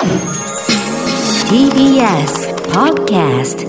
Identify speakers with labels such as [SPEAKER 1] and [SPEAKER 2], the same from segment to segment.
[SPEAKER 1] TBS Podcast。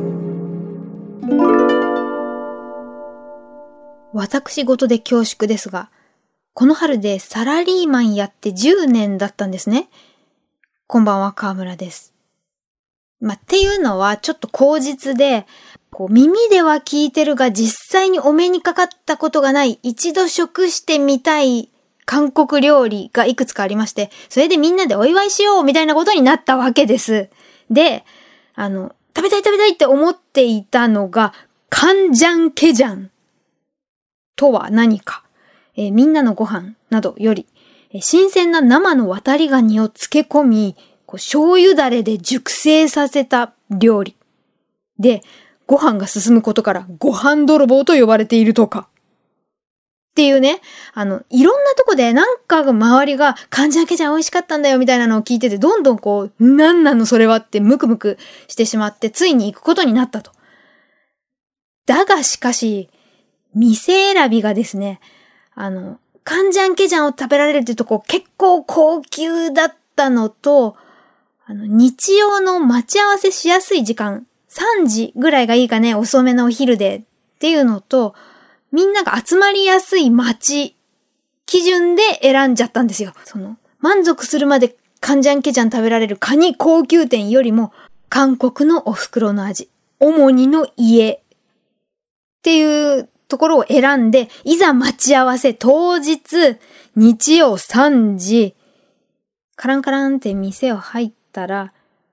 [SPEAKER 2] 私事で恐縮ですが、この春でサラリーマンやって10年だったんですね。こんばんは、川村です。っていうのはちょっと口実で、耳では聞いてるが実際にお目にかかったことがない、一度食してみたい韓国料理がいくつかありまして、それでみんなでお祝いしようみたいなことになったわけです。で、食べたいって思っていたのが、カンジャンケジャンとは何か、みんなのご飯などより、新鮮な生の渡りガニを漬け込み、醤油だれで熟成させた料理。で、ご飯が進むことからご飯泥棒と呼ばれているとか。っていうね、いろんなとこでなんか周りがカンジャンケジャン美味しかったんだよみたいなのを聞いてて、どんどんなんなのそれはってムクムクしてしまって、ついに行くことになったと。だがしかし、店選びがですね、カンジャンケジャンを食べられるっていうとこ結構高級だったのと、日曜の待ち合わせしやすい時間、3時ぐらいがいいかね、遅めのお昼でっていうのと、みんなが集まりやすい街基準で選んじゃったんですよ。満足するまでカンジャンケジャン食べられるカニ高級店よりも、韓国のお袋の味、主にの家っていうところを選んで、いざ待ち合わせ当日、日曜3時、カランカランって店を入ったら、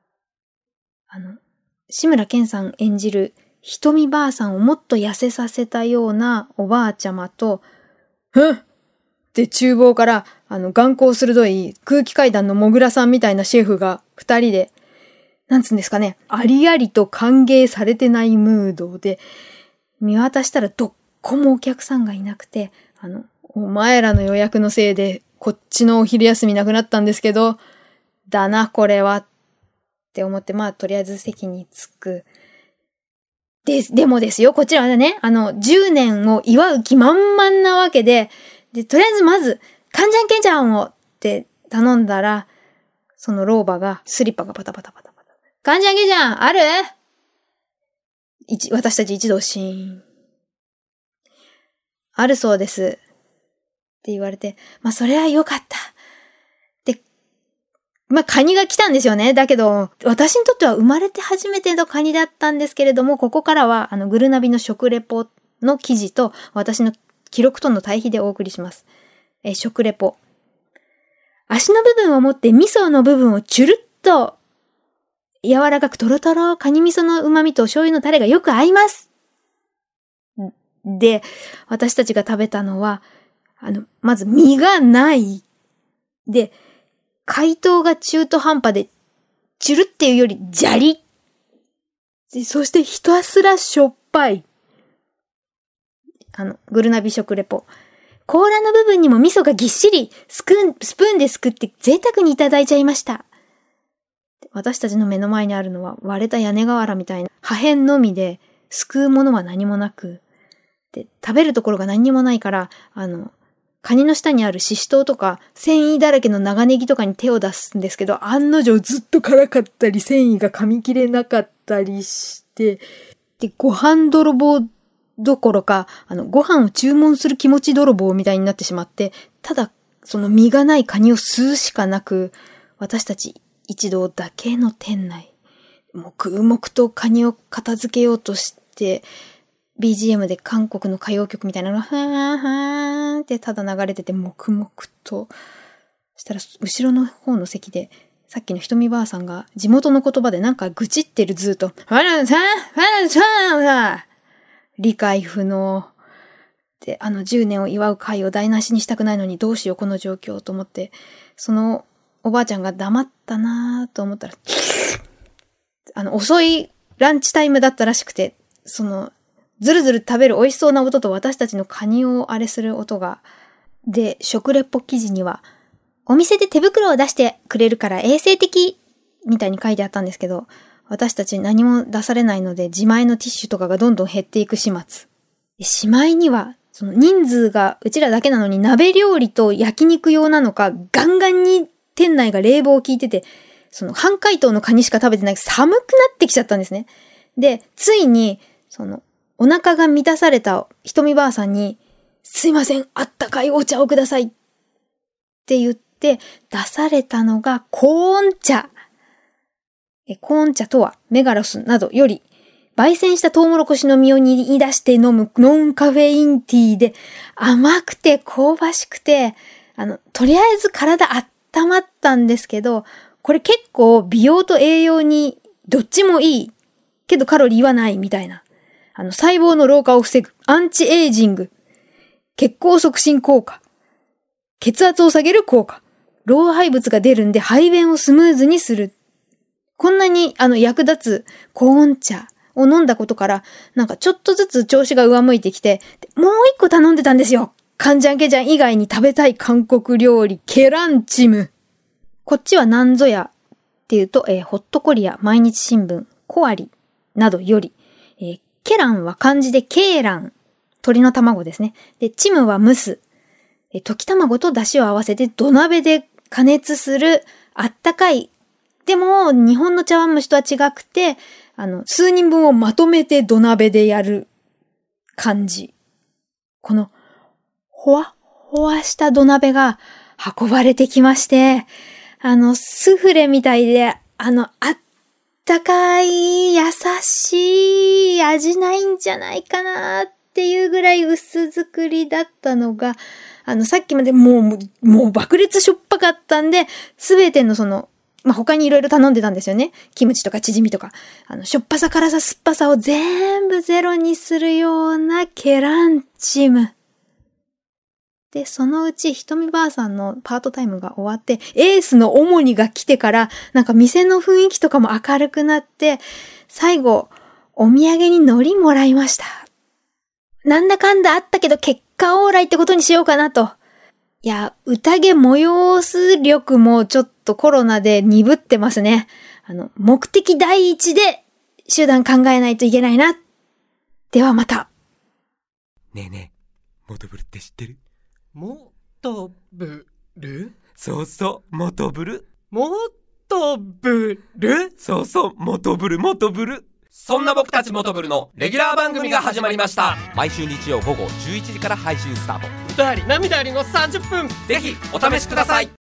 [SPEAKER 2] 志村けんさん演じるひとみばあさんをもっと痩せさせたようなおばあちゃまと、って厨房から眼光鋭い空気階段のもぐらさんみたいなシェフが二人で、なんつうんですかね、ありありと歓迎されてないムードで、見渡したらどっこもお客さんがいなくて、お前らの予約のせいでこっちのお昼休みなくなったんですけど、だなこれはって思って、とりあえず席に着く。でもですよ、こちらはね、10年を祝う気満々なわけで、とりあえずまず、カンジャンケジャンをって頼んだら、その老婆が、スリッパがパタパタ。カンジャンケジャンある？私たち一同シーン。あるそうです。って言われて、それは良かった。で、カニが来たんですよね。だけど、私にとっては生まれて初めてのカニだったんですけれども、ここからは、グルナビの食レポの記事と、私の記録との対比でお送りします。食レポ。足の部分を持って味噌の部分をチュルッと柔らかくトロトロ、カニ味噌の旨味と醤油のタレがよく合います。で、私たちが食べたのは、まず身がない。で、解凍が中途半端で、チュルっていうよりジャリ。そしてひたすらしょっぱい。グルナビ食レポ。甲羅の部分にも味噌がぎっしり、スプーンですくって贅沢にいただいちゃいました。私たちの目の前にあるのは割れた屋根瓦みたいな破片のみで、すくうものは何もなく、で、食べるところが何にもないから、カニの下にあるシシトウとか、繊維だらけの長ネギとかに手を出すんですけど、案の定ずっと辛かったり、繊維が噛み切れなかったりして、で、ご飯泥棒どころか、ご飯を注文する気持ち泥棒みたいになってしまって、ただ、その身がないカニを吸うしかなく、私たち一同だけの店内、黙々とカニを片付けようとして、BGM で韓国の歌謡曲みたいなのが、はーってただ流れてて、黙々と。したら、後ろの方の席で、さっきのひとみばあさんが、地元の言葉でなんか愚痴ってるずっと、理解不能。で、10年を祝う会を台無しにしたくないのにどうしようこの状況と思って、そのおばあちゃんが黙ったなと思ったら、遅いランチタイムだったらしくて、ずるずる食べる美味しそうな音と私たちのカニをあれする音が、で、食レポ記事には、お店で手袋を出してくれるから衛生的みたいに書いてあったんですけど、私たち何も出されないので自前のティッシュとかがどんどん減っていく始末。しまいには、その人数がうちらだけなのに鍋料理と焼肉用なのかガンガンに店内が冷房を効いてて、 その半解凍のカニしか食べてない寒くなってきちゃったんですね。で、ついに、お腹が満たされたひとみばあさんに、すいません、あったかいお茶をくださいって言って出されたのがコーン茶。コーン茶とはメガロスなどより焙煎したトウモロコシの実を煮出して飲むノンカフェインティーで甘くて香ばしくて、とりあえず体温まったんですけど、これ結構美容と栄養にどっちもいいけどカロリーはないみたいな。細胞の老化を防ぐアンチエイジング、血行促進効果、血圧を下げる効果、老廃物が出るんで排便をスムーズにする。こんなに役立つコーン茶を飲んだことから、なんかちょっとずつ調子が上向いてきて、もう一個頼んでたんですよ。カンジャンケジャン以外に食べたい韓国料理、ケランチム。こっちはなんぞやっていうと、ホットコリア、毎日新聞、コアリなどより、ケランは漢字でケーラン、鶏の卵ですね。で、チムは蒸す。溶き卵と出汁を合わせて土鍋で加熱するあったかい。でも、日本の茶碗蒸しとは違くて、数人分をまとめて土鍋でやる感じ。この、ほわほわした土鍋が運ばれてきまして、スフレみたいで、あったかい、優しい味ないんじゃないかなっていうぐらい薄作りだったのが、さっきまでもう爆裂しょっぱかったんで、すべての他にいろいろ頼んでたんですよね。キムチとかチヂミとか。しょっぱさ、辛さ、酸っぱさを全部ゼロにするようなケランチム。で、そのうちひとみばあさんのパートタイムが終わって、エースの主にが来てから、なんか店の雰囲気とかも明るくなって、最後、お土産に海苔もらいました。なんだかんだあったけど結果オーライってことにしようかなと。いや、宴催す力もちょっとコロナで鈍ってますね。目的第一で手段考えないといけないな。ではまた。
[SPEAKER 3] ねえねえ、モトブルって知ってる？
[SPEAKER 4] モトブル？
[SPEAKER 3] そうそう、モトブル。
[SPEAKER 4] モトブル？
[SPEAKER 3] そうそう、モトブル。
[SPEAKER 5] そんな僕たちモトブルのレギュラー番組が始まりました。
[SPEAKER 3] 毎週日曜午後11時から配信スタート。
[SPEAKER 4] 歌あり涙ありの30分。
[SPEAKER 5] ぜひお試しください。